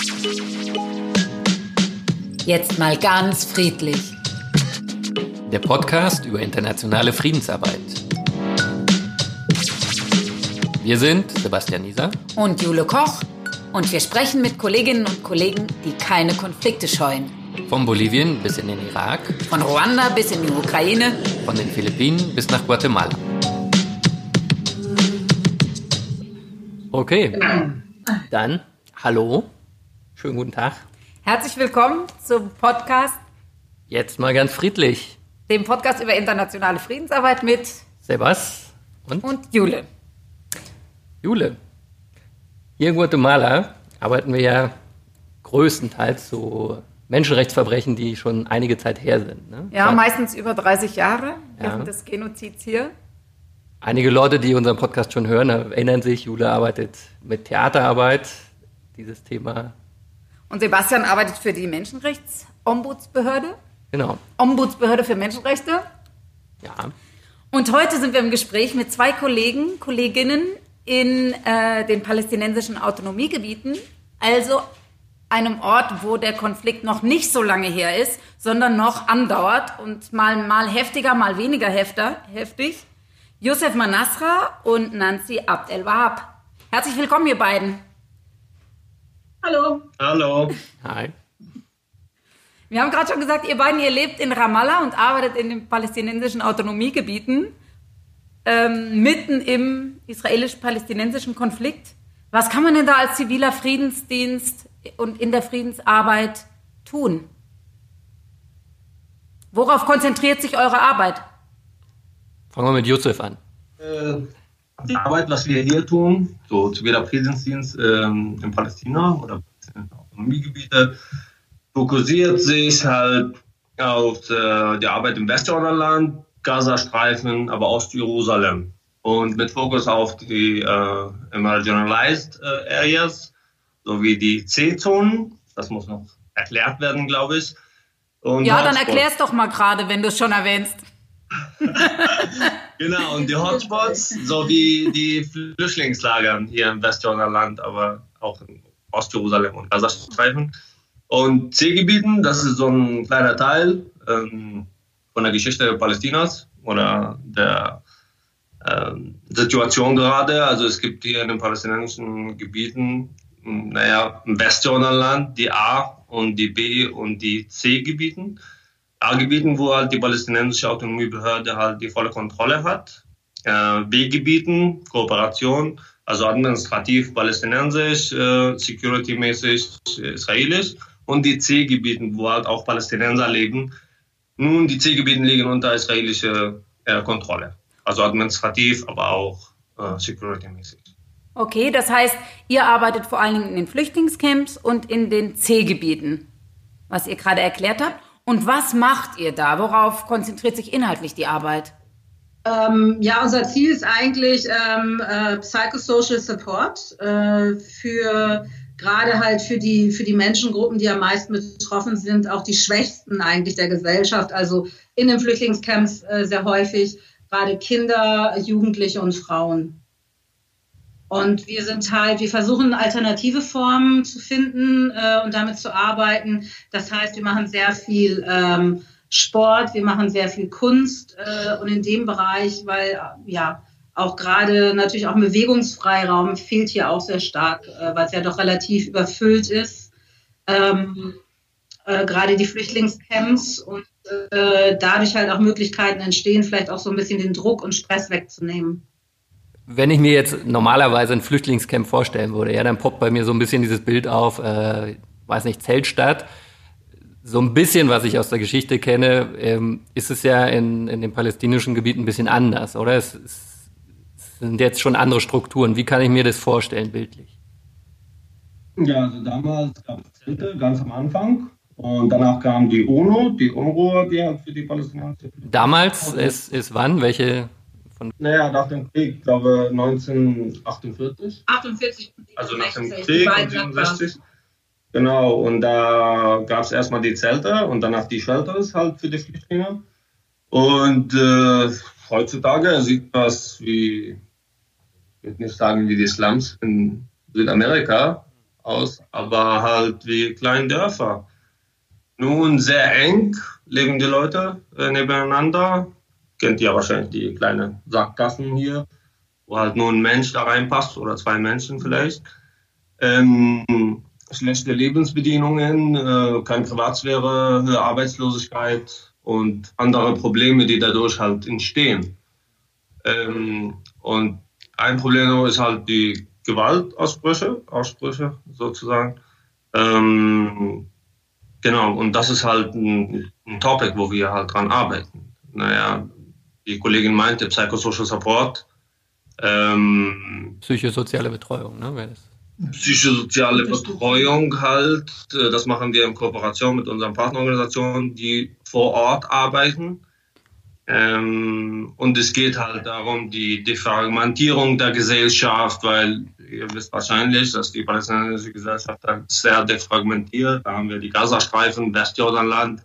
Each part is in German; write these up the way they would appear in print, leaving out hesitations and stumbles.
Jetzt mal ganz friedlich. Der Podcast über internationale Friedensarbeit. Wir sind Sebastian Nieser und Jule Koch und wir sprechen mit Kolleginnen und Kollegen, die keine Konflikte scheuen. Von Bolivien bis in den Irak, von Ruanda bis in die Ukraine, von den Philippinen bis nach Guatemala. Okay, dann hallo, schönen guten Tag. Herzlich willkommen zum Podcast Jetzt mal ganz friedlich. Dem Podcast über internationale Friedensarbeit mit Sebas und Jule. Jule, hier in Guatemala arbeiten wir ja größtenteils so Menschenrechtsverbrechen, die schon einige Zeit her sind. Ne? Ja, meistens über 30 Jahre während des Genozids hier. Einige Leute, die unseren Podcast schon hören, erinnern sich, Jule arbeitet mit Theaterarbeit, dieses Thema. Und Sebastian arbeitet für die Menschenrechtsombudsbehörde. Genau. Ombudsbehörde für Menschenrechte. Ja. Und heute sind wir im Gespräch mit zwei Kolleginnen in den palästinensischen Autonomiegebieten, also einem Ort, wo der Konflikt noch nicht so lange her ist, sondern noch andauert und mal heftiger, mal weniger heftig. Youssef Manasra und Nancy Abd El-Wahab. Herzlich willkommen, ihr beiden. Hallo. Hallo. Hi. Wir haben gerade schon gesagt, ihr beiden, ihr lebt in Ramallah und arbeitet in den palästinensischen Autonomiegebieten, mitten im israelisch-palästinensischen Konflikt. Was kann man denn da als ziviler Friedensdienst und in der Friedensarbeit tun? Worauf konzentriert sich eure Arbeit? Fangen wir mit Youssef an. Die Arbeit, was wir hier tun, so ziviler Friedensdienst in Palästina oder in Autonomiegebiete, fokussiert sich halt auf die Arbeit im Westjordanland, Gazastreifen, aber Ostjerusalem. Und mit Fokus auf die Marginalized Areas, sowie die C-Zonen. Das muss noch erklärt werden, glaube ich. Und ja, dann erklär's doch mal gerade, wenn du es schon erwähnst. Genau, und die Hotspots sowie die Flüchtlingslager hier im Westjordanland, aber auch in Ostjerusalem und Gazastreifen. Und C-Gebieten, das ist so ein kleiner Teil von der Geschichte Palästinas oder der Situation gerade. Also es gibt hier in den palästinensischen Gebieten, im Westjordanland die A- und die B- und die C-Gebieten. A-Gebieten, wo halt die palästinensische Autonomiebehörde halt die volle Kontrolle hat. B-Gebieten, Kooperation, also administrativ palästinensisch, security-mäßig israelisch. Und die C-Gebieten, wo halt auch Palästinenser leben. Nun, die C-Gebieten liegen unter israelischer Kontrolle. Also administrativ, aber auch security-mäßig. Okay, das heißt, ihr arbeitet vor allen Dingen in den Flüchtlingscamps und in den C-Gebieten, was ihr gerade erklärt habt. Und was macht ihr da? Worauf konzentriert sich inhaltlich die Arbeit? Unser Ziel ist eigentlich Psychosocial Support für gerade halt für die Menschengruppen, die am meisten betroffen sind, auch die Schwächsten eigentlich der Gesellschaft, also in den Flüchtlingscamps sehr häufig, gerade Kinder, Jugendliche und Frauen. Und wir versuchen alternative Formen zu finden und damit zu arbeiten. Das heißt, wir machen sehr viel Sport, wir machen sehr viel Kunst und in dem Bereich, weil auch gerade natürlich auch ein Bewegungsfreiraum fehlt hier auch sehr stark, weil es ja doch relativ überfüllt ist. Gerade die Flüchtlingscamps und dadurch halt auch Möglichkeiten entstehen, vielleicht auch so ein bisschen den Druck und Stress wegzunehmen. Wenn ich mir jetzt normalerweise ein Flüchtlingscamp vorstellen würde, dann poppt bei mir so ein bisschen dieses Bild auf, Zeltstadt. So ein bisschen, was ich aus der Geschichte kenne, ist es ja in den palästinensischen Gebieten ein bisschen anders, oder? Es sind jetzt schon andere Strukturen. Wie kann ich mir das vorstellen, bildlich? Ja, also damals gab es Zelte, ganz am Anfang. Und danach kam die UNO, die UNRWA, die hat für die Palästinenser. Damals ist wann? Welche? Nach dem Krieg, ich glaube 1948. 48. Also nach dem Krieg, 1967. Genau, und da gab es erstmal die Zelte und danach die Shelters halt für die Flüchtlinge. Und heutzutage sieht das wie, ich würde nicht sagen wie die Slums in Südamerika, aus, aber halt wie kleine Dörfer. Nun sehr eng leben die Leute nebeneinander. Kennt ihr wahrscheinlich die kleinen Sackgassen hier, wo halt nur ein Mensch da reinpasst oder zwei Menschen vielleicht. Schlechte Lebensbedingungen, keine Privatsphäre, höhere Arbeitslosigkeit und andere Probleme, die dadurch halt entstehen. Und ein Problem ist halt die Gewaltausbrüche sozusagen. Genau, und das ist halt ein Topic, wo wir halt dran arbeiten. Naja, die Kollegin meinte Psychosocial Support. Psychosoziale Betreuung, ne? Wäre das? Psychosoziale Betreuung halt, das machen wir in Kooperation mit unseren Partnerorganisationen, die vor Ort arbeiten. Und es geht halt darum, die Defragmentierung der Gesellschaft, weil ihr wisst wahrscheinlich, dass die palästinensische Gesellschaft sehr defragmentiert. Da haben wir die Gazastreifen, Westjordanland,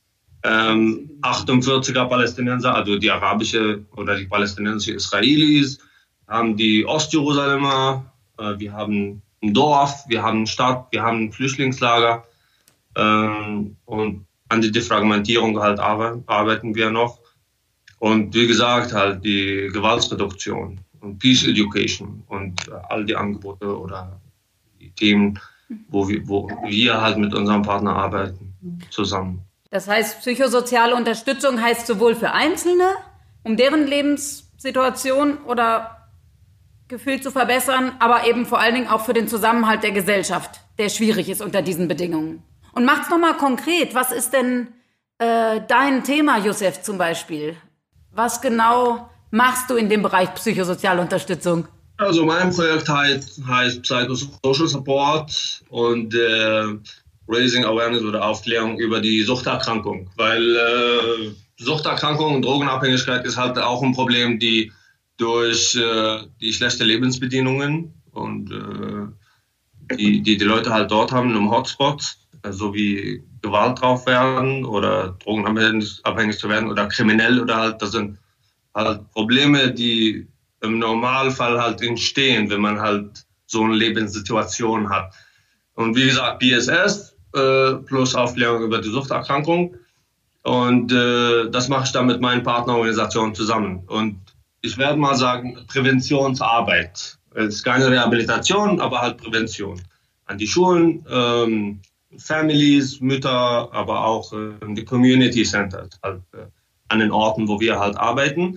48er Palästinenser, also die arabische oder die palästinensische Israelis, haben die Ostjerusalemer, wir haben ein Dorf, wir haben eine Stadt, wir haben ein Flüchtlingslager und an die Defragmentierung halt arbeiten wir noch. Und wie gesagt, halt die Gewaltreduktion und Peace Education und all die Angebote oder die Themen, wo wir halt mit unserem Partner arbeiten, zusammen. Das heißt, psychosoziale Unterstützung heißt sowohl für Einzelne, um deren Lebenssituation oder Gefühl zu verbessern, aber eben vor allen Dingen auch für den Zusammenhalt der Gesellschaft, der schwierig ist unter diesen Bedingungen. Und macht's nochmal konkret. Was ist denn dein Thema, Youssef, zum Beispiel? Was genau machst du in dem Bereich psychosoziale Unterstützung? Also mein Projekt heißt Psychosocial Support und Raising Awareness oder Aufklärung über die Suchterkrankung. Weil Suchterkrankung und Drogenabhängigkeit ist halt auch ein Problem, die durch die schlechten Lebensbedingungen und die Leute halt dort haben im Hotspot, so wie Gewalt drauf werden oder drogenabhängig zu werden oder kriminell oder halt, das sind halt Probleme, die im Normalfall halt entstehen, wenn man halt so eine Lebenssituation hat. Und wie gesagt, PSS plus Aufklärung über die Suchterkrankung und das mache ich dann mit meinen Partnerorganisationen zusammen. Und ich werde mal sagen, Präventionsarbeit. Es ist keine Rehabilitation, aber halt Prävention. An die Schulen, Families, Mütter, aber auch die Community Centers, halt, an den Orten, wo wir halt arbeiten.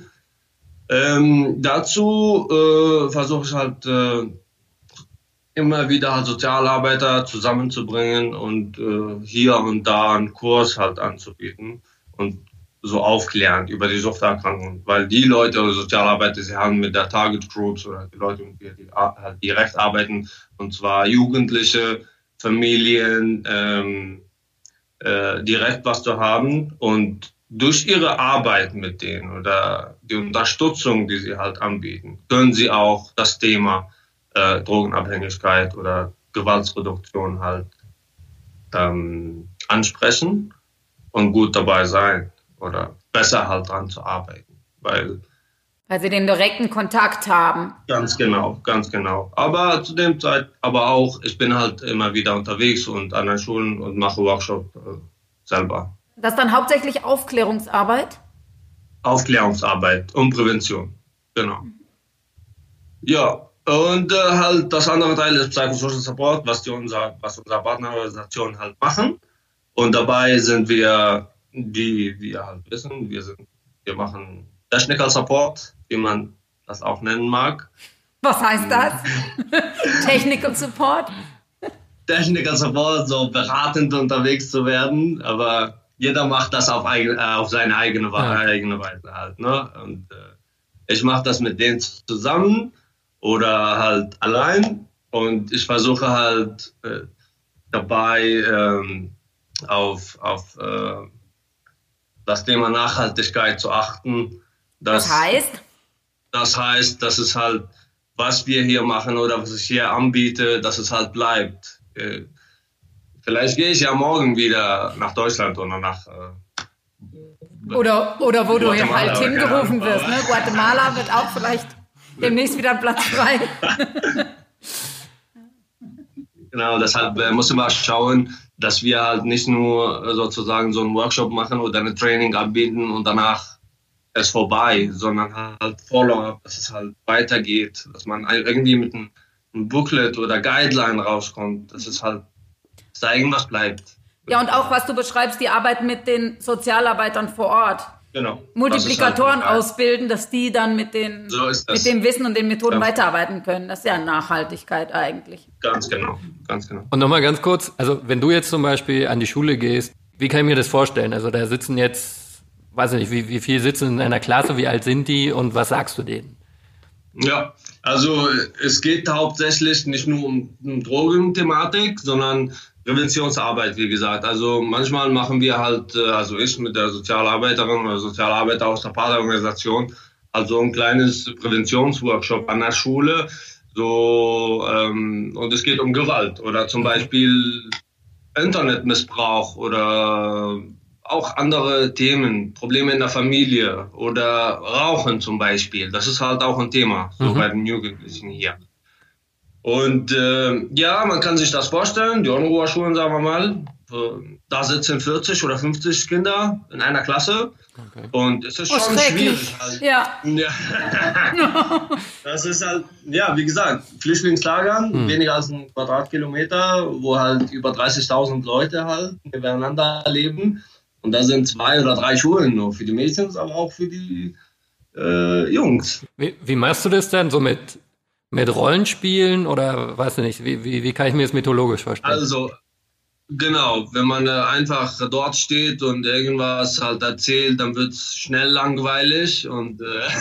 Dazu versuche ich halt immer wieder halt Sozialarbeiter zusammenzubringen und hier und da einen Kurs halt anzubieten und so aufklärend über die Suchterkrankung, weil die Leute oder Sozialarbeiter, sie haben mit der Target Groups oder die Leute, die halt direkt arbeiten, und zwar Jugendliche, Familien, direkt was zu haben und durch ihre Arbeit mit denen oder die Unterstützung, die sie halt anbieten, können sie auch das Thema Drogenabhängigkeit oder Gewaltreduktion halt ansprechen und gut dabei sein oder besser halt dran zu arbeiten, weil sie den direkten Kontakt haben. Ganz genau. Aber zu dem Zeit, aber auch, ich bin halt immer wieder unterwegs und an den Schulen und mache Workshops selber. Das ist dann hauptsächlich Aufklärungsarbeit? Aufklärungsarbeit und Prävention, genau. Ja, und halt das andere Teil ist Psychosocial Support, was unsere Partnerorganisationen halt machen. Und dabei sind wir, wie wir halt wissen, wir machen Technical Support, wie man das auch nennen mag. Was heißt das? Technical Support? Technical Support, so beratend unterwegs zu werden, aber jeder macht das auf seine eigene Weise halt. Ne? Und ich mache das mit denen zusammen oder halt allein und ich versuche halt dabei auf das Thema Nachhaltigkeit zu achten. Was heißt? Das heißt, dass es halt, was wir hier machen oder was ich hier anbiete, dass es halt bleibt. Vielleicht gehe ich ja morgen wieder nach Deutschland oder nach oder wo du hier halt hingerufen wirst. Ne? Guatemala wird auch vielleicht demnächst wieder Platz frei. Genau, deshalb müssen wir schauen, dass wir halt nicht nur sozusagen so einen Workshop machen oder ein Training anbieten und danach ist vorbei, sondern halt Follow-up, dass es halt weitergeht, dass man irgendwie mit einem Booklet oder Guideline rauskommt, dass es halt zeigen, was bleibt. Ja, und auch, was du beschreibst, die Arbeit mit den Sozialarbeitern vor Ort. Genau. Multiplikatoren ausbilden, dass die dann mit dem Wissen und den Methoden weiterarbeiten können. Das ist ja Nachhaltigkeit eigentlich. Ganz genau, ganz genau. Und nochmal ganz kurz, also wenn du jetzt zum Beispiel an die Schule gehst, wie kann ich mir das vorstellen? Also da sitzen jetzt, weiß ich nicht, wie viele sitzen in einer Klasse, wie alt sind die und was sagst du denen? Ja, also es geht hauptsächlich nicht nur um Drogenthematik, sondern Präventionsarbeit, wie gesagt. Also manchmal machen wir halt, also ich mit der Sozialarbeiterin oder Sozialarbeiter aus der Partnerorganisation, also ein kleines Präventionsworkshop an der Schule. So und es geht um Gewalt oder zum Beispiel Internetmissbrauch oder auch andere Themen, Probleme in der Familie oder Rauchen zum Beispiel. Das ist halt auch ein Thema, so bei den Jugendlichen hier. Und ja, man kann sich das vorstellen, die Unruhe-Schulen, sagen wir mal, da sitzen 40 oder 50 Kinder in einer Klasse. Okay. Und es ist schon schwierig. Halt. Ja. Das ist halt, ja, wie gesagt, Flüchtlingslagern, weniger als ein Quadratkilometer, wo halt über 30.000 Leute halt nebeneinander leben. Und da sind 2 oder 3 Schulen nur für die Mädchen, aber auch für die Jungs. Wie machst du das denn so mit Rollenspielen oder weiß ich nicht, wie kann ich mir das mythologisch vorstellen? Also, genau, wenn man einfach dort steht und irgendwas halt erzählt, dann wird es schnell langweilig und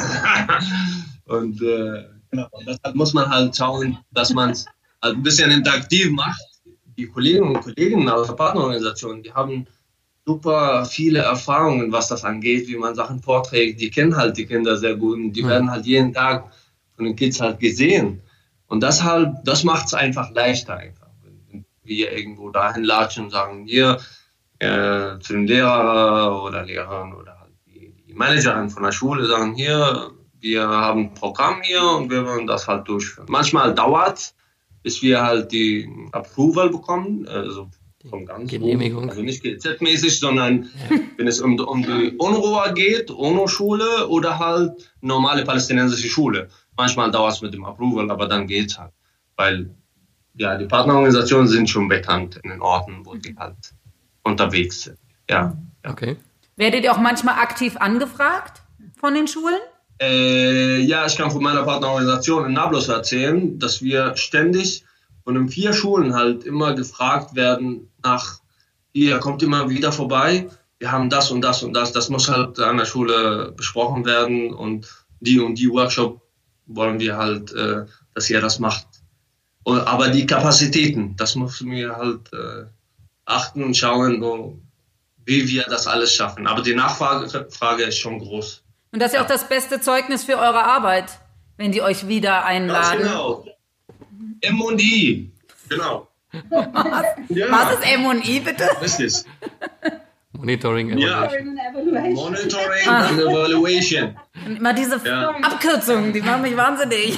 genau, und deshalb muss man halt schauen, dass man es halt ein bisschen interaktiv macht. Die Kollegen und Kolleginnen aus der Partnerorganisation, die haben super viele Erfahrungen, was das angeht, wie man Sachen vorträgt. Die kennen halt die Kinder sehr gut und die werden halt jeden Tag von den Kids halt gesehen. Und das macht es einfach leichter, wenn wir irgendwo dahin latschen und sagen, hier zu den Lehrern oder Lehrern oder halt die Managerin von der Schule sagen, hier, wir haben ein Programm hier und wir wollen das halt durchführen. Manchmal dauert es, bis wir halt die Approval bekommen, also vom ganz Genehmigung. Also nicht GZ-mäßig, sondern wenn es um die UNRWA geht, UNO-Schule oder halt normale palästinensische Schule. Manchmal dauert es mit dem Approval, aber dann geht's halt. Weil ja, die Partnerorganisationen sind schon bekannt in den Orten, wo die halt unterwegs sind. Ja. Okay. Werdet ihr auch manchmal aktiv angefragt von den Schulen? Ja, ich kann von meiner Partnerorganisation in Nablus erzählen, dass wir ständig von den 4 Schulen halt immer gefragt werden nach, ihr kommt immer wieder vorbei, wir haben das und das und das. Das muss halt an der Schule besprochen werden und die Workshop wollen wir halt, dass ihr das macht. Aber die Kapazitäten, das müssen wir halt achten und schauen, wie wir das alles schaffen. Aber die Nachfrage ist schon groß. Und das ist ja auch das beste Zeugnis für eure Arbeit, wenn die euch wieder einladen. Ganz genau. M&I, genau. Was ist M&I, bitte? Richtig. Monitoring and Evaluation. Monitoring and Evaluation. Und immer diese Abkürzungen, die machen mich wahnsinnig.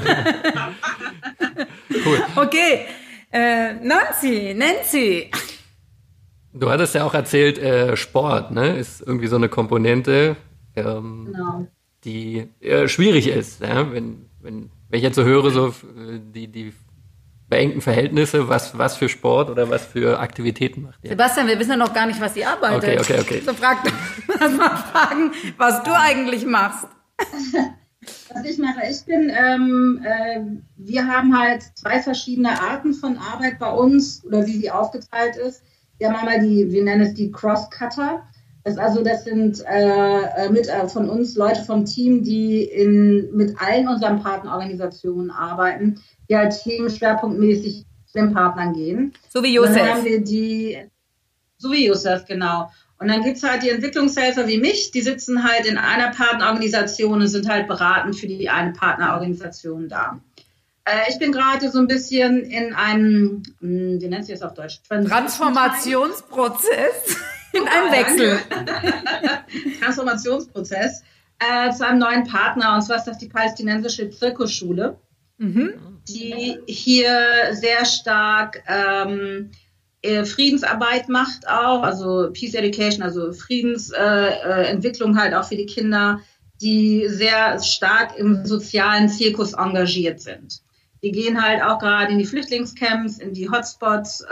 Cool. Okay, Nancy. Du hattest ja auch erzählt, Sport, ne, ist irgendwie so eine Komponente, Genau. die schwierig ist. Ja? Wenn ich jetzt so höre, so die beengten Verhältnisse, was für Sport oder was für Aktivitäten macht ihr? Sebastian, wir wissen ja noch gar nicht, was ihr arbeitet. Okay. So lass mal fragen, was du eigentlich machst. Was ich mache, wir haben halt 2 verschiedene Arten von Arbeit bei uns oder wie sie aufgeteilt ist. Wir haben einmal wir nennen es die Crosscutter. Das sind von uns Leute vom Team, die mit allen unseren Partnerorganisationen arbeiten, die halt themenschwerpunktmäßig zu den Partnern gehen. So wie Josef. Dann haben wir so wie Josef, genau. Und dann gibt es halt die Entwicklungshelfer wie mich, die sitzen halt in einer Partnerorganisation und sind halt beratend für die eine Partnerorganisation da. Ich bin gerade so ein bisschen in einem, wie nennt sich das auf Deutsch? Transformationsprozess. In einem Wechsel. Transformationsprozess zu einem neuen Partner, und zwar ist das die palästinensische Zirkusschule. die hier sehr stark Friedensarbeit macht auch, also Peace Education, also Friedensentwicklung halt auch für die Kinder, die sehr stark im sozialen Zirkus engagiert sind. Die gehen halt auch gerade in die Flüchtlingscamps, in die Hotspots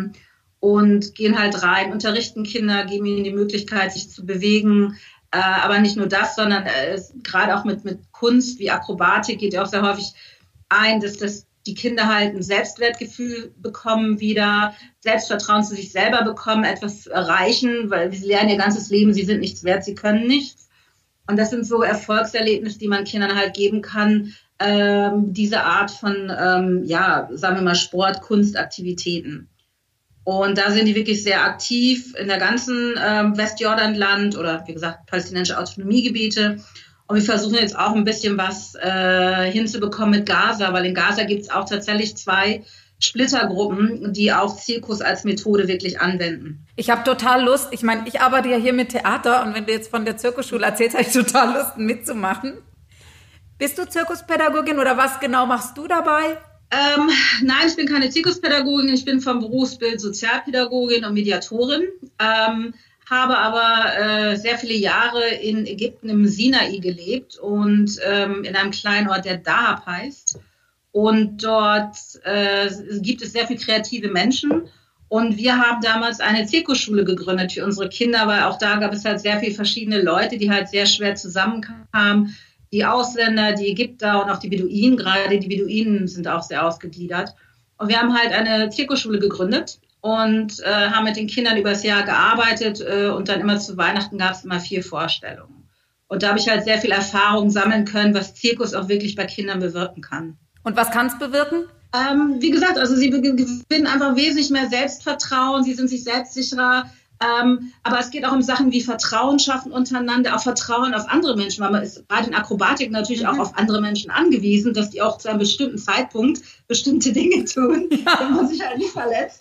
und gehen halt rein, unterrichten Kinder, geben ihnen die Möglichkeit, sich zu bewegen. Aber nicht nur das, sondern gerade auch mit Kunst wie Akrobatik geht ja auch sehr häufig ein, dass die Kinder halt ein Selbstwertgefühl bekommen wieder, Selbstvertrauen zu sich selber bekommen, etwas zu erreichen, weil sie lernen ihr ganzes Leben, sie sind nichts wert, sie können nichts. Und das sind so Erfolgserlebnisse, die man Kindern halt geben kann, diese Art von, sagen wir mal, Sport, Kunstaktivitäten. Und da sind die wirklich sehr aktiv in der ganzen Westjordanland oder wie gesagt palästinensische Autonomiegebiete. Und wir versuchen jetzt auch ein bisschen was hinzubekommen mit Gaza, weil in Gaza gibt es auch tatsächlich 2 Splittergruppen, die auch Zirkus als Methode wirklich anwenden. Ich habe total Lust, ich meine, ich arbeite ja hier mit Theater und wenn du jetzt von der Zirkusschule erzählst, habe ich total Lust mitzumachen. Bist du Zirkuspädagogin oder was genau machst du dabei? Nein, ich bin keine Zirkuspädagogin, ich bin vom Berufsbild Sozialpädagogin und Mediatorin, habe aber sehr viele Jahre in Ägypten im Sinai gelebt und in einem kleinen Ort, der Dahab heißt. Und dort gibt es sehr viele kreative Menschen. Und wir haben damals eine Zirkusschule gegründet für unsere Kinder, weil auch da gab es halt sehr viele verschiedene Leute, die halt sehr schwer zusammenkamen. Die Ausländer, die Ägypter und auch die Beduinen, gerade die Beduinen sind auch sehr ausgegliedert. Und wir haben halt eine Zirkusschule gegründet und haben mit den Kindern über das Jahr gearbeitet und dann immer zu Weihnachten gab es immer 4 Vorstellungen. Und da habe ich halt sehr viel Erfahrung sammeln können, was Zirkus auch wirklich bei Kindern bewirken kann. Und was kann es bewirken? Wie gesagt, also sie gewinnen einfach wesentlich mehr Selbstvertrauen, sie sind sich selbstsicherer. Aber es geht auch um Sachen wie Vertrauen schaffen untereinander, auch Vertrauen auf andere Menschen, weil man ist gerade in Akrobatik natürlich auch auf andere Menschen angewiesen, dass die auch zu einem bestimmten Zeitpunkt bestimmte Dinge tun, wenn man sich halt nicht verletzt.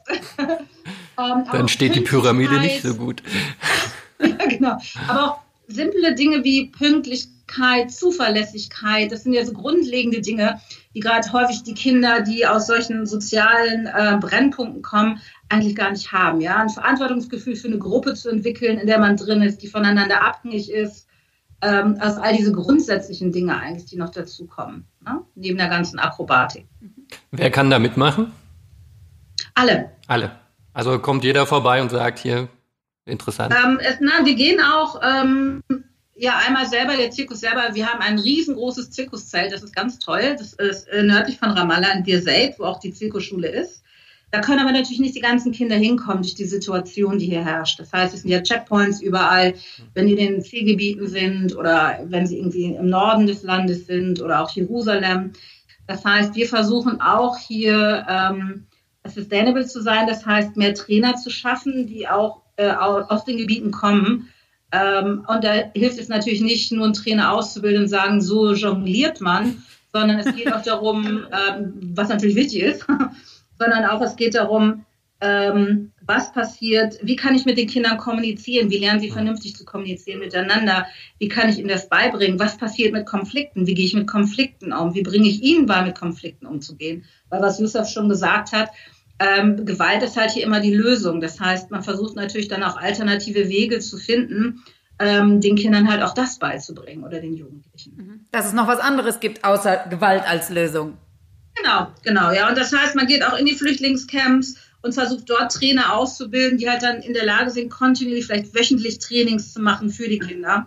Dann steht die Pyramide nicht so gut. Ja, genau. Aber auch simple Dinge wie Pünktlichkeit, Zuverlässigkeit, das sind ja so grundlegende Dinge, die gerade häufig die Kinder, die aus solchen sozialen Brennpunkten kommen, eigentlich gar nicht haben. Ja? Ein Verantwortungsgefühl für eine Gruppe zu entwickeln, in der man drin ist, die voneinander abhängig ist. Also all diese grundsätzlichen Dinge eigentlich, die noch dazukommen, ne? Neben der ganzen Akrobatik. Wer kann da mitmachen? Alle. Alle. Also kommt jeder vorbei und sagt, hier, interessant. Wir gehen auch einmal selber, der Zirkus selber, wir haben ein riesengroßes Zirkuszelt, das ist ganz toll. Das ist nördlich von Ramallah in Bir Zayed, wo auch die Zirkusschule ist. Da können aber natürlich nicht die ganzen Kinder hinkommen durch die Situation, die hier herrscht. Das heißt, es sind ja Checkpoints überall, wenn die in den Zielgebieten sind oder wenn sie irgendwie im Norden des Landes sind oder auch Jerusalem. Das heißt, wir versuchen auch hier sustainable zu sein, das heißt, mehr Trainer zu schaffen, die auch aus den Gebieten kommen. Und da hilft es natürlich nicht, nur einen Trainer auszubilden und sagen, so jongliert man, sondern es geht auch darum, was natürlich wichtig ist, sondern auch es geht darum, was passiert, wie kann ich mit den Kindern kommunizieren, wie lernen sie vernünftig zu kommunizieren miteinander, wie kann ich ihnen das beibringen, was passiert mit Konflikten, wie gehe ich mit Konflikten um, wie bringe ich ihnen bei, mit Konflikten umzugehen. Weil was Yusuf schon gesagt hat, Gewalt ist halt hier immer die Lösung. Das heißt, man versucht natürlich dann auch alternative Wege zu finden, den Kindern halt auch das beizubringen oder den Jugendlichen. Dass es noch was anderes gibt, außer Gewalt als Lösung. Genau, ja. Und das heißt, man geht auch in die Flüchtlingscamps und versucht dort Trainer auszubilden, die halt dann in der Lage sind, kontinuierlich, vielleicht wöchentlich Trainings zu machen für die Kinder.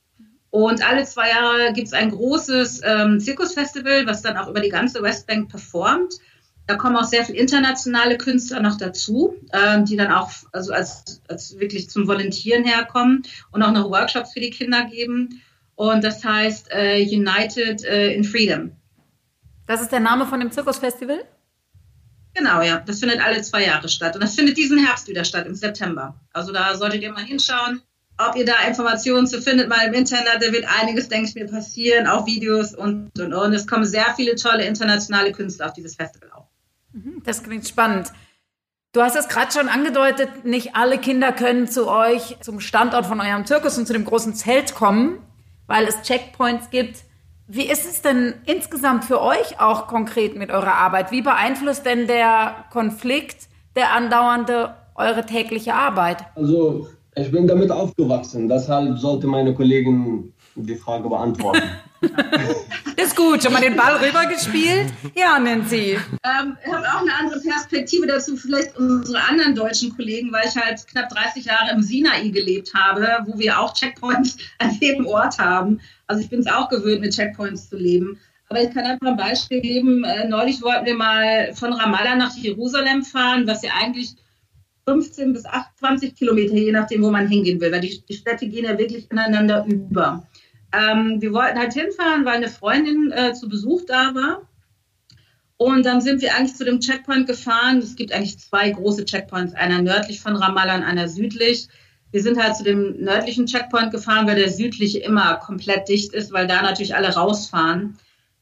Und alle 2 Jahre gibt es ein großes Zirkusfestival, was dann auch über die ganze Westbank performt. Da kommen auch sehr viele internationale Künstler noch dazu, die dann auch also als wirklich zum Volontieren herkommen und auch noch Workshops für die Kinder geben. Und das heißt United in Freedom. Das ist der Name von dem Zirkusfestival? Genau, ja. Das findet alle 2 Jahre statt. Und das findet diesen Herbst wieder statt, im September. Also da solltet ihr mal hinschauen, ob ihr da Informationen zu findet, mal im Internet. Da wird einiges, denke ich mir, passieren, auch Videos und. Es kommen sehr viele tolle internationale Künstler auf dieses Festival auch. Das klingt spannend. Du hast es gerade schon angedeutet, nicht alle Kinder können zu euch, zum Standort von eurem Zirkus und zu dem großen Zelt kommen, weil es Checkpoints gibt. Wie ist es denn insgesamt für euch auch konkret mit eurer Arbeit? Wie beeinflusst denn der Konflikt, der andauernde, eure tägliche Arbeit? Also ich bin damit aufgewachsen, deshalb sollte meine Kollegin die Frage beantworten. Das ist gut, schon mal den Ball rübergespielt? Ja, Nancy. Ich habe auch eine andere Perspektive dazu, vielleicht unsere anderen deutschen Kollegen, weil ich halt knapp 30 Jahre im Sinai gelebt habe, wo wir auch Checkpoints an jedem Ort haben. Also ich bin es auch gewöhnt, mit Checkpoints zu leben. Aber ich kann einfach ein Beispiel geben. Neulich wollten wir mal von Ramallah nach Jerusalem fahren, was ja eigentlich 15 bis 20 Kilometer, je nachdem, wo man hingehen will, weil die Städte gehen ja wirklich ineinander über. Wir wollten halt hinfahren, weil eine Freundin zu Besuch da war. Und dann sind wir eigentlich zu dem Checkpoint gefahren. Es gibt eigentlich 2 große Checkpoints, einer nördlich von Ramallah und einer südlich. Wir sind halt zu dem nördlichen Checkpoint gefahren, weil der südliche immer komplett dicht ist, weil da natürlich alle rausfahren.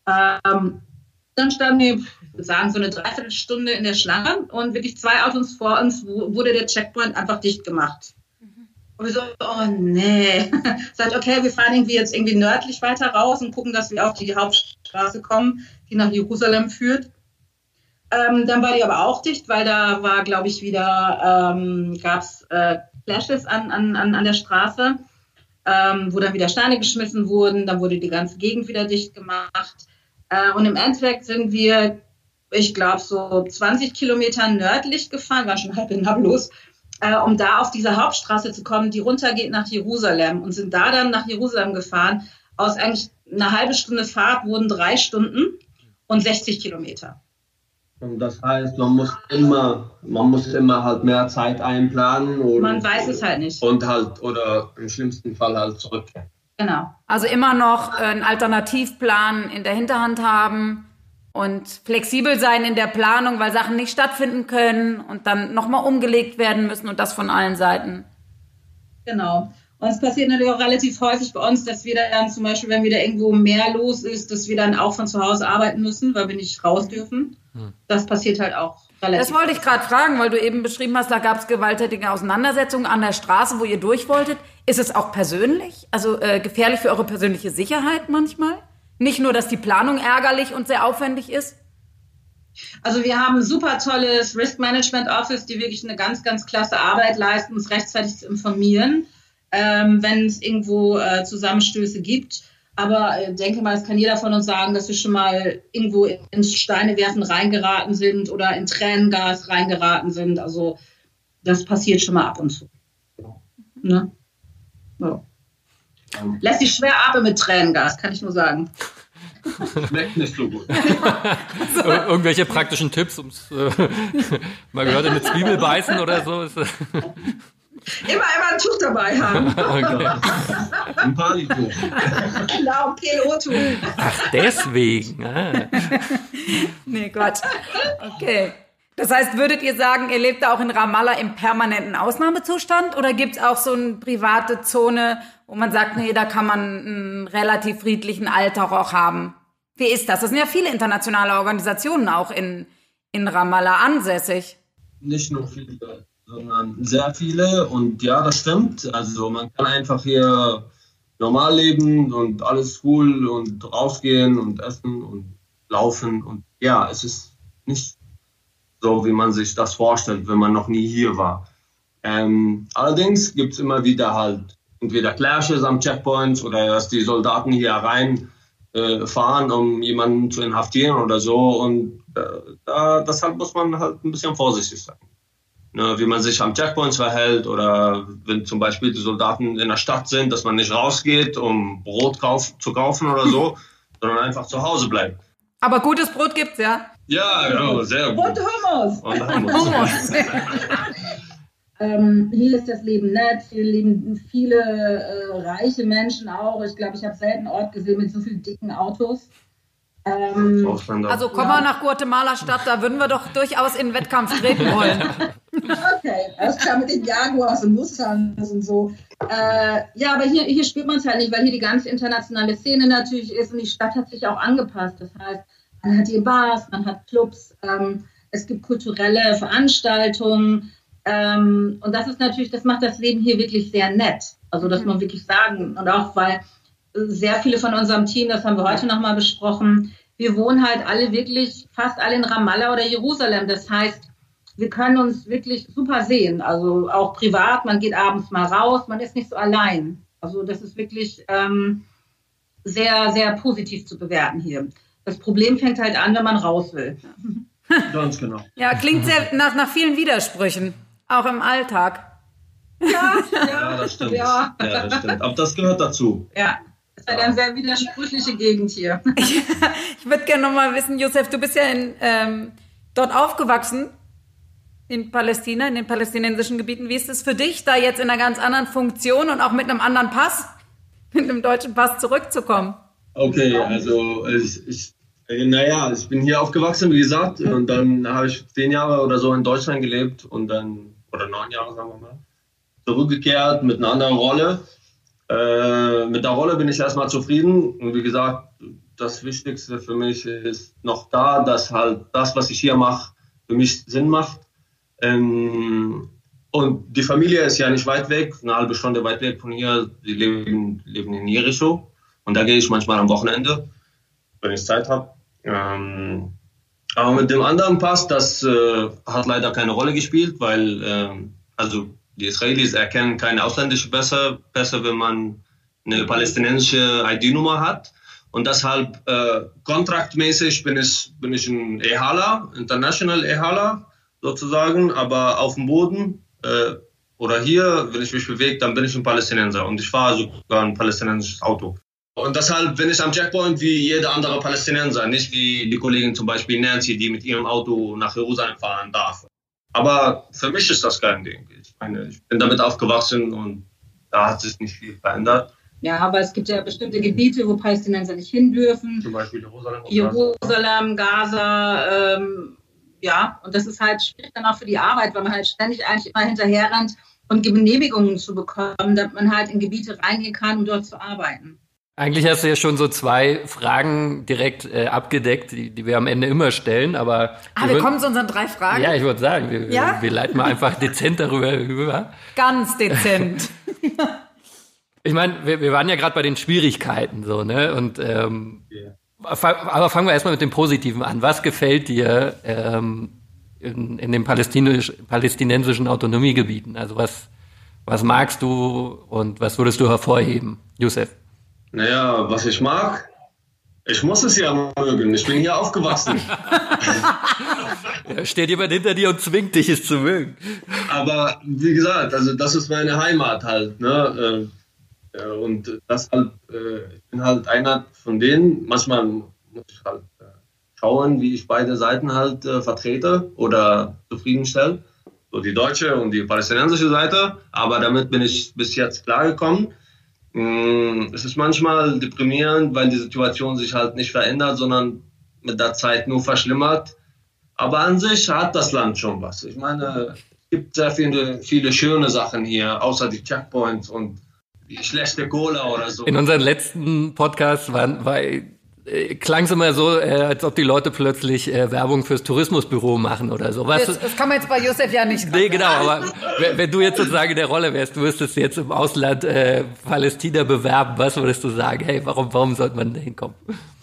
Dann standen wir, ich würde sagen, so eine Dreiviertelstunde in der Schlange und wirklich 2 Autos vor uns wurde der Checkpoint einfach dicht gemacht. Und wir so, oh nee. Sagt, okay, wir fahren jetzt irgendwie nördlich weiter raus und gucken, dass wir auf die Hauptstraße kommen, die nach Jerusalem führt. Dann war die aber auch dicht, weil da war, glaube ich, wieder, gab es Clashes an der Straße, wo dann wieder Steine geschmissen wurden. Dann wurde die ganze Gegend wieder dicht gemacht. Und im Endeffekt sind wir, ich glaube, so 20 Kilometer nördlich gefahren, war schon halb in Nablus, um da auf diese Hauptstraße zu kommen, die runtergeht nach Jerusalem und sind da dann nach Jerusalem gefahren. Aus eigentlich einer halben Stunde Fahrt wurden 3 Stunden und 60 Kilometer. Und das heißt, man muss immer halt mehr Zeit einplanen. Man weiß es halt nicht. Und halt, oder im schlimmsten Fall halt zurückkehren. Genau. Also immer noch einen Alternativplan in der Hinterhand haben und flexibel sein in der Planung, weil Sachen nicht stattfinden können und dann nochmal umgelegt werden müssen und das von allen Seiten. Genau. Und es passiert natürlich auch relativ häufig bei uns, dass wir dann zum Beispiel, wenn wieder irgendwo mehr los ist, dass wir dann auch von zu Hause arbeiten müssen, weil wir nicht raus dürfen. Das passiert halt auch relativ. Das wollte ich gerade fragen, weil du eben beschrieben hast, da gab es gewalttätige Auseinandersetzungen an der Straße, wo ihr durch wolltet. Ist es auch persönlich, also gefährlich für eure persönliche Sicherheit manchmal? Nicht nur, dass die Planung ärgerlich und sehr aufwendig ist? Also wir haben ein super tolles Risk Management Office, die wirklich eine ganz, ganz klasse Arbeit leisten, uns rechtzeitig zu informieren, wenn es irgendwo Zusammenstöße gibt. Aber ich denke mal, es kann jeder von uns sagen, dass wir schon mal irgendwo ins Steinewerfen reingeraten sind oder in Tränengas reingeraten sind. Also das passiert schon mal ab und zu. Ne? Ja. Lässt sich schwer atmen mit Tränengas, kann ich nur sagen. Schmeckt nicht so gut. Irgendwelche praktischen Tipps, mal gehört, eine Zwiebel beißen oder so? Immer ein Tuch dabei haben. Okay. Ein Partytuch. Genau, PLO-Tuch. Ach, deswegen. Nee, Gott. Okay. Das heißt, würdet ihr sagen, ihr lebt da auch in Ramallah im permanenten Ausnahmezustand oder gibt es auch so eine private Zone, wo man sagt, nee, da kann man einen relativ friedlichen Alltag auch haben? Wie ist das? Das sind ja viele internationale Organisationen auch in Ramallah ansässig. Nicht nur viele, sondern sehr viele. Und ja, das stimmt. Also man kann einfach hier normal leben und alles cool und rausgehen und essen und laufen. Und ja, es ist nicht so, wie man sich das vorstellt, wenn man noch nie hier war. Allerdings gibt es immer wieder halt entweder Clashes am Checkpoint oder dass die Soldaten hier rein fahren, um jemanden zu inhaftieren oder so. Und deshalb muss man halt ein bisschen vorsichtig sein. Ne, wie man sich am Checkpoint verhält oder wenn zum Beispiel die Soldaten in der Stadt sind, dass man nicht rausgeht, um Brot zu kaufen oder so, sondern einfach zu Hause bleibt. Aber gutes Brot gibt's, ja? Ja, genau, sehr gut. Und Hummus. Hummus. Hier ist das Leben nett, hier leben viele reiche Menschen auch. Ich glaube, ich habe selten einen Ort gesehen mit so vielen dicken Autos. Also kommen wir nach Guatemala-Stadt, da würden wir doch durchaus in den Wettkampf treten wollen. Okay, alles klar mit den Jaguars und Mustangs und so. Ja, aber hier spürt man es halt nicht, weil hier die ganze internationale Szene natürlich ist und die Stadt hat sich auch angepasst. Das heißt, man hat hier Bars, man hat Clubs, es gibt kulturelle Veranstaltungen und das ist natürlich, das macht das Leben hier wirklich sehr nett. Also das muss man wirklich sagen. Und auch weil sehr viele von unserem Team, das haben wir heute nochmal besprochen, wir wohnen halt alle wirklich, fast alle in Ramallah oder Jerusalem. Das heißt, wir können uns wirklich super sehen, also auch privat, man geht abends mal raus, man ist nicht so allein. Also das ist wirklich sehr, sehr positiv zu bewerten hier. Das Problem fängt halt an, wenn man raus will. Ganz genau. Ja, klingt sehr nach vielen Widersprüchen, auch im Alltag. Ja, das stimmt. Ja, das stimmt. Aber das gehört dazu. Ja, das ist halt eine sehr widersprüchliche Gegend hier. Ich würde gerne noch mal wissen, Youssef, du bist ja dort aufgewachsen, in Palästina, in den palästinensischen Gebieten. Wie ist es für dich, da jetzt in einer ganz anderen Funktion und auch mit einem anderen Pass, mit einem deutschen Pass zurückzukommen? Okay, also ich bin hier aufgewachsen, wie gesagt, und dann habe ich 10 Jahre oder so in Deutschland gelebt und dann, oder 9 Jahre, sagen wir mal, zurückgekehrt mit einer anderen Rolle. Mit der Rolle bin ich erstmal zufrieden und wie gesagt, das Wichtigste für mich ist noch da, dass halt das, was ich hier mache, für mich Sinn macht. Und die Familie ist ja nicht weit weg, eine halbe Stunde weit weg von hier. Sie leben in Jericho und da gehe ich manchmal am Wochenende, wenn ich Zeit habe. Aber mit dem anderen Pass, das hat leider keine Rolle gespielt, weil die Israelis erkennen keine ausländische Pässe, wenn man eine palästinensische ID-Nummer hat. Und deshalb kontraktmäßig bin ich ein EHALA, International EHALA sozusagen, aber auf dem Boden oder hier, wenn ich mich bewege, dann bin ich ein Palästinenser und ich fahre sogar ein palästinensisches Auto. Und deshalb bin ich am Checkpoint wie jeder andere Palästinenser, nicht wie die Kollegin zum Beispiel Nancy, die mit ihrem Auto nach Jerusalem fahren darf. Aber für mich ist das kein Ding. Ich bin damit aufgewachsen und da hat sich nicht viel verändert. Ja, aber es gibt ja bestimmte Gebiete, wo Palästinenser nicht hin dürfen. Zum Beispiel Jerusalem, Gaza, ja, und das ist halt schwierig dann auch für die Arbeit, weil man halt ständig eigentlich immer hinterher rennt und Genehmigungen zu bekommen, damit man halt in Gebiete reingehen kann, um dort zu arbeiten. Eigentlich hast du ja schon so 2 Fragen direkt abgedeckt, die wir am Ende immer stellen, aber... wir kommen zu unseren 3 Fragen. Ja, ich würde sagen, wir leiten mal einfach dezent darüber über. Ganz dezent. Ich meine, wir waren ja gerade bei den Schwierigkeiten so, ne? Und aber fangen wir erstmal mit dem Positiven an. Was gefällt dir in den palästinensischen Autonomiegebieten? Also was magst du und was würdest du hervorheben, Youssef? Naja, was ich mag, ich muss es ja mögen. Ich bin hier aufgewachsen. Ja, steht jemand hinter dir und zwingt dich, es zu mögen. Aber wie gesagt, also das ist meine Heimat halt, ne? Und das halt, ich bin halt einer von denen. Manchmal muss ich halt schauen, wie ich beide Seiten halt vertrete oder zufriedenstelle. So die deutsche und die palästinensische Seite. Aber damit bin ich bis jetzt klargekommen. Es ist manchmal deprimierend, weil die Situation sich halt nicht verändert, sondern mit der Zeit nur verschlimmert. Aber an sich hat das Land schon was. Ich meine, es gibt sehr viele schöne Sachen hier, außer die Checkpoints und die schlechte Cola oder so. In unserem letzten Podcast klang es immer so, als ob die Leute plötzlich Werbung fürs Tourismusbüro machen oder sowas. Das kann man jetzt bei Youssef ja nicht sagen. Nee, genau, aber wenn du jetzt sozusagen in der Rolle wärst, du müsstest jetzt im Ausland Palästina bewerben, was würdest du sagen? Hey, warum sollte man da hinkommen?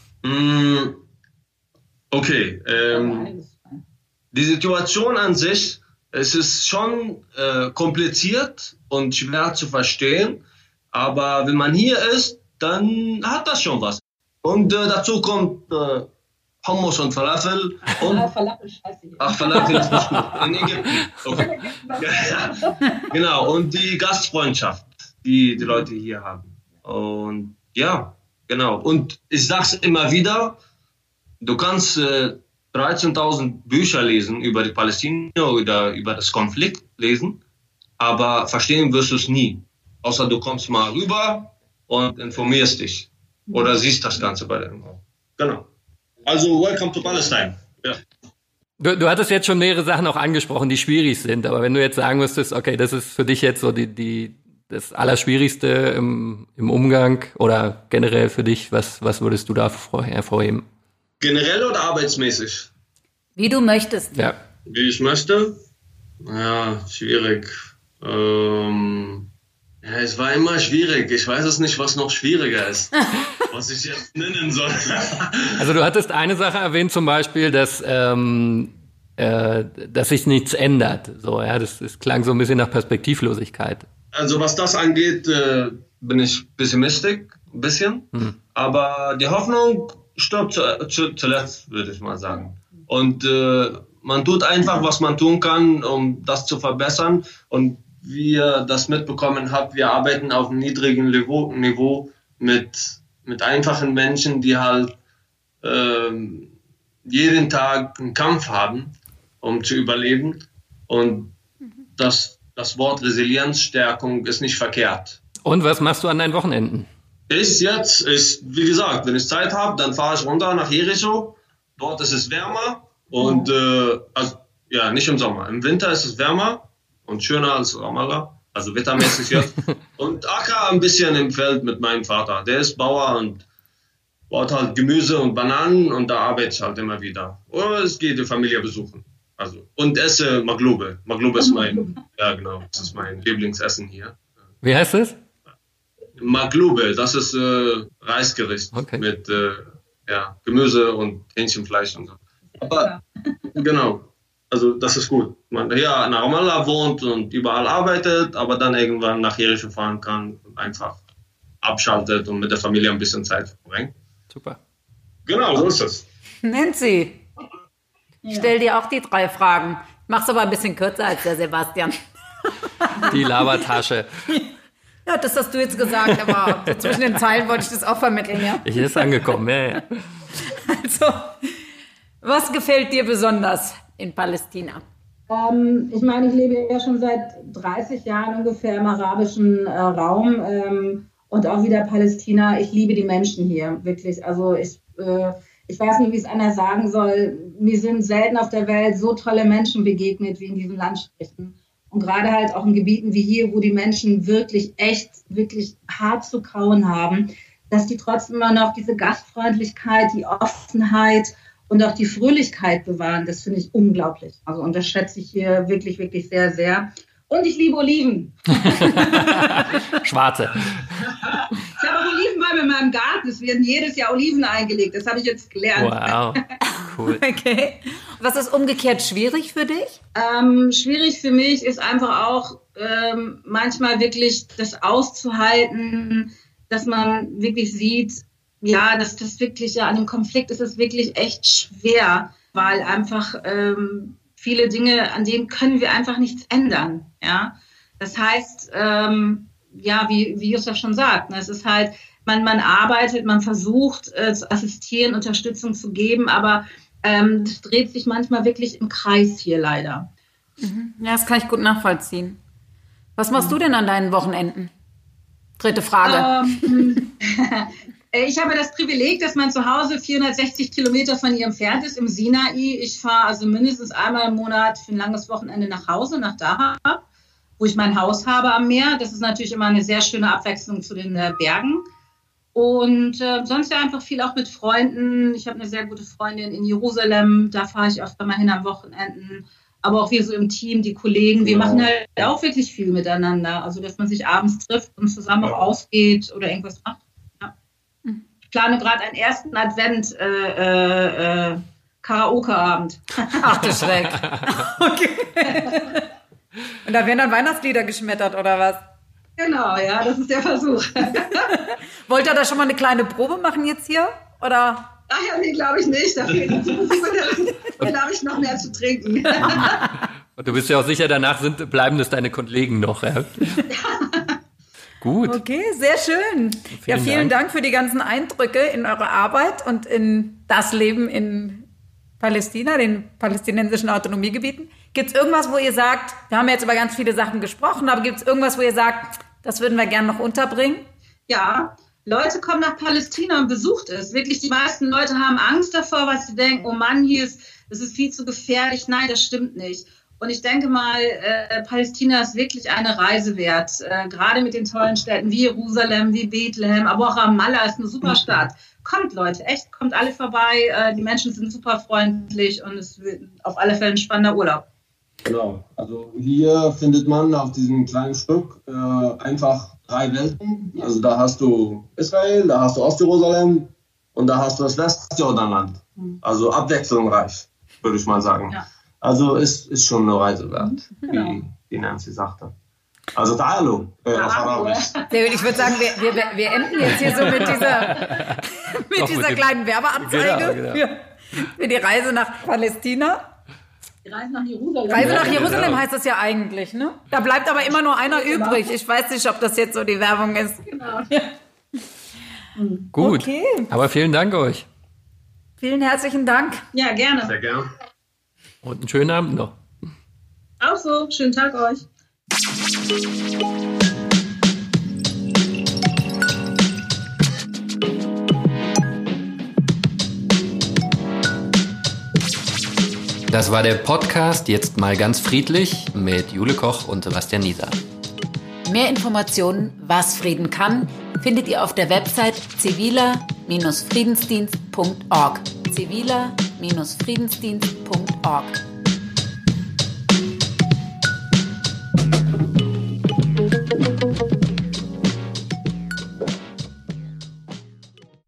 Okay, die Situation an sich, es ist schon kompliziert und schwer zu verstehen, aber wenn man hier ist, dann hat das schon was. Und dazu kommt Hummus und Falafel. Falafel scheiße. Ach, Falafel ist nicht gut. In Ägypten. Okay. Ja, genau, und die Gastfreundschaft, die Leute hier haben. Und ja, genau. Und ich sag's immer wieder, du kannst 13.000 Bücher lesen über die Palästinenser oder über das Konflikt lesen, aber verstehen wirst du es nie. Außer du kommst mal rüber und informierst dich. Oder siehst das Ganze bei dem. Genau. Also, welcome to Palestine. Ja. Du hattest jetzt schon mehrere Sachen auch angesprochen, die schwierig sind. Aber wenn du jetzt sagen müsstest, okay, das ist für dich jetzt so das Allerschwierigste im Umgang oder generell für dich, was würdest du da hervorheben? Generell oder arbeitsmäßig? Wie du möchtest. Ja. Wie ich möchte? Ja, schwierig. Ja, es war immer schwierig. Ich weiß es nicht, was noch schwieriger ist, was ich jetzt nennen soll. Also du hattest eine Sache erwähnt, zum Beispiel, dass sich nichts ändert. So, ja, das klang so ein bisschen nach Perspektivlosigkeit. Also was das angeht, bin ich pessimistisch, ein bisschen. Aber die Hoffnung stirbt zuletzt, würde ich mal sagen. Und man tut einfach, was man tun kann, um das zu verbessern. Und wie ihr das mitbekommen habt, wir arbeiten auf einem niedrigen Niveau mit einfachen Menschen, die halt jeden Tag einen Kampf haben, um zu überleben. Und das Wort Resilienzstärkung ist nicht verkehrt. Und was machst du an deinen Wochenenden? Wie gesagt, wenn ich Zeit habe, dann fahre ich runter nach Jericho. Dort ist es wärmer und nicht im Sommer. Im Winter ist es wärmer und schöner als Ramallah, also wettermäßig jetzt. Und Acker ein bisschen im Feld mit meinem Vater. Der ist Bauer und baut halt Gemüse und Bananen und da arbeite ich halt immer wieder. Oder es geht die Familie besuchen. Also, und esse Maglube. Maglube ist das ist mein Lieblingsessen hier. Wie heißt es? Maglube, das ist Reisgericht mit Gemüse und Hähnchenfleisch und so. Aber genau, also das ist gut. Man hier nach Ramallah wohnt und überall arbeitet, aber dann irgendwann nach Jericho fahren kann und einfach abschaltet und mit der Familie ein bisschen Zeit verbringt. Super. Genau, so ist es. Nancy, ich stell dir auch die 3 Fragen. Mach's aber ein bisschen kürzer als der Sebastian. Die Labertasche. Ja, das hast du jetzt gesagt, aber zwischen den Zeilen wollte ich das auch vermitteln, ja? Ich ist angekommen, ja. Also, was gefällt dir besonders in Palästina? Ich meine, ich lebe ja schon seit 30 Jahren ungefähr im arabischen Raum und auch wieder Palästina. Ich liebe die Menschen hier, wirklich. Also ich weiß nicht, wie ich es anders sagen soll. Mir sind selten auf der Welt so tolle Menschen begegnet wie in diesen Landstrichen. Und gerade halt auch in Gebieten wie hier, wo die Menschen wirklich hart zu kauen haben, dass die trotzdem immer noch diese Gastfreundlichkeit, die Offenheit und auch die Fröhlichkeit bewahren. Das finde ich unglaublich. Also und das schätze ich hier wirklich, wirklich sehr, sehr. Und ich liebe Oliven. Schwarze. Ich habe auch Olivenbäume in meinem Garten. Es werden jedes Jahr Oliven eingelegt. Das habe ich jetzt gelernt. Wow, cool. Okay. Was ist umgekehrt schwierig für dich? Schwierig für mich ist einfach auch manchmal wirklich das auszuhalten, dass man wirklich sieht, ja, dass das wirklich, an dem Konflikt ist es wirklich echt schwer, weil einfach viele Dinge, an denen können wir einfach nichts ändern. Ja? Das heißt, wie Yusuf schon sagt, es ist halt, man arbeitet, man versucht zu assistieren, Unterstützung zu geben, aber das dreht sich manchmal wirklich im Kreis hier leider. Ja, das kann ich gut nachvollziehen. Was machst du denn an deinen Wochenenden? 3. Frage. Ich habe das Privileg, dass mein Zuhause 460 Kilometer von hier entfernt ist, im Sinai. Ich fahre also mindestens einmal im Monat für ein langes Wochenende nach Hause, nach Dahab, wo ich mein Haus habe am Meer. Das ist natürlich immer eine sehr schöne Abwechslung zu den Bergen. Und sonst ja einfach viel auch mit Freunden. Ich habe eine sehr gute Freundin in Jerusalem, da fahre ich öfter mal hin am Wochenenden. Aber auch wir so im Team, die Kollegen, wir machen halt auch wirklich viel miteinander. Also, dass man sich abends trifft und zusammen auch ausgeht oder irgendwas macht. Ja. Ich plane gerade einen ersten Advent Karaoke-Abend. Ach du Schreck. Okay. Und da werden dann Weihnachtslieder geschmettert, oder was? Genau, ja, das ist der Versuch. Wollt ihr da schon mal eine kleine Probe machen jetzt hier? Oder? Ach ja, nee, glaube ich nicht. Da habe ich noch mehr zu trinken. Und du bist ja auch sicher, danach bleiben das deine Kollegen noch. Ja? Gut. Okay, sehr schön. Vielen Dank für die ganzen Eindrücke in eure Arbeit und in das Leben in Palästina, den palästinensischen Autonomiegebieten. Gibt es irgendwas, wo ihr sagt, wir haben jetzt über ganz viele Sachen gesprochen, aber gibt es irgendwas, wo ihr sagt, das würden wir gerne noch unterbringen? Ja, Leute kommen nach Palästina und besucht es. Wirklich, die meisten Leute haben Angst davor, was sie denken, oh Mann, es ist viel zu gefährlich. Nein, das stimmt nicht. Und ich denke mal, Palästina ist wirklich eine Reise wert. Gerade mit den tollen Städten wie Jerusalem, wie Bethlehem, aber auch Ramallah ist eine super Stadt. Kommt Leute, echt, kommt alle vorbei. Die Menschen sind super freundlich und es wird auf alle Fälle ein spannender Urlaub. Genau. Also hier findet man auf diesem kleinen Stück einfach 3 Welten. Also da hast du Israel, da hast du Ostjerusalem und da hast du das Westjordanland. Also abwechslungsreich, würde ich mal sagen. Ja. Also ist schon eine Reise wert, wie Nancy sagte. Also Ta'alu auf Arabisch. Ich würde sagen, wir enden jetzt hier so mit dieser kleinen Werbeanzeige genau. für die Reise nach Palästina. Die Reise nach Jerusalem. Reise nach Jerusalem heißt das ja eigentlich, ne? Da bleibt aber immer nur einer übrig. Ich weiß nicht, ob das jetzt so die Werbung ist. Genau. Gut, okay. Aber vielen Dank euch. Vielen herzlichen Dank. Ja, gerne. Sehr gerne. Und einen schönen Abend noch. Auch so, schönen Tag euch. Das war der Podcast Jetzt mal ganz friedlich mit Jule Koch und Sebastian Nieser. Mehr Informationen, was Frieden kann, findet ihr auf der Website ziviler-friedensdienst.org. ziviler-friedensdienst.org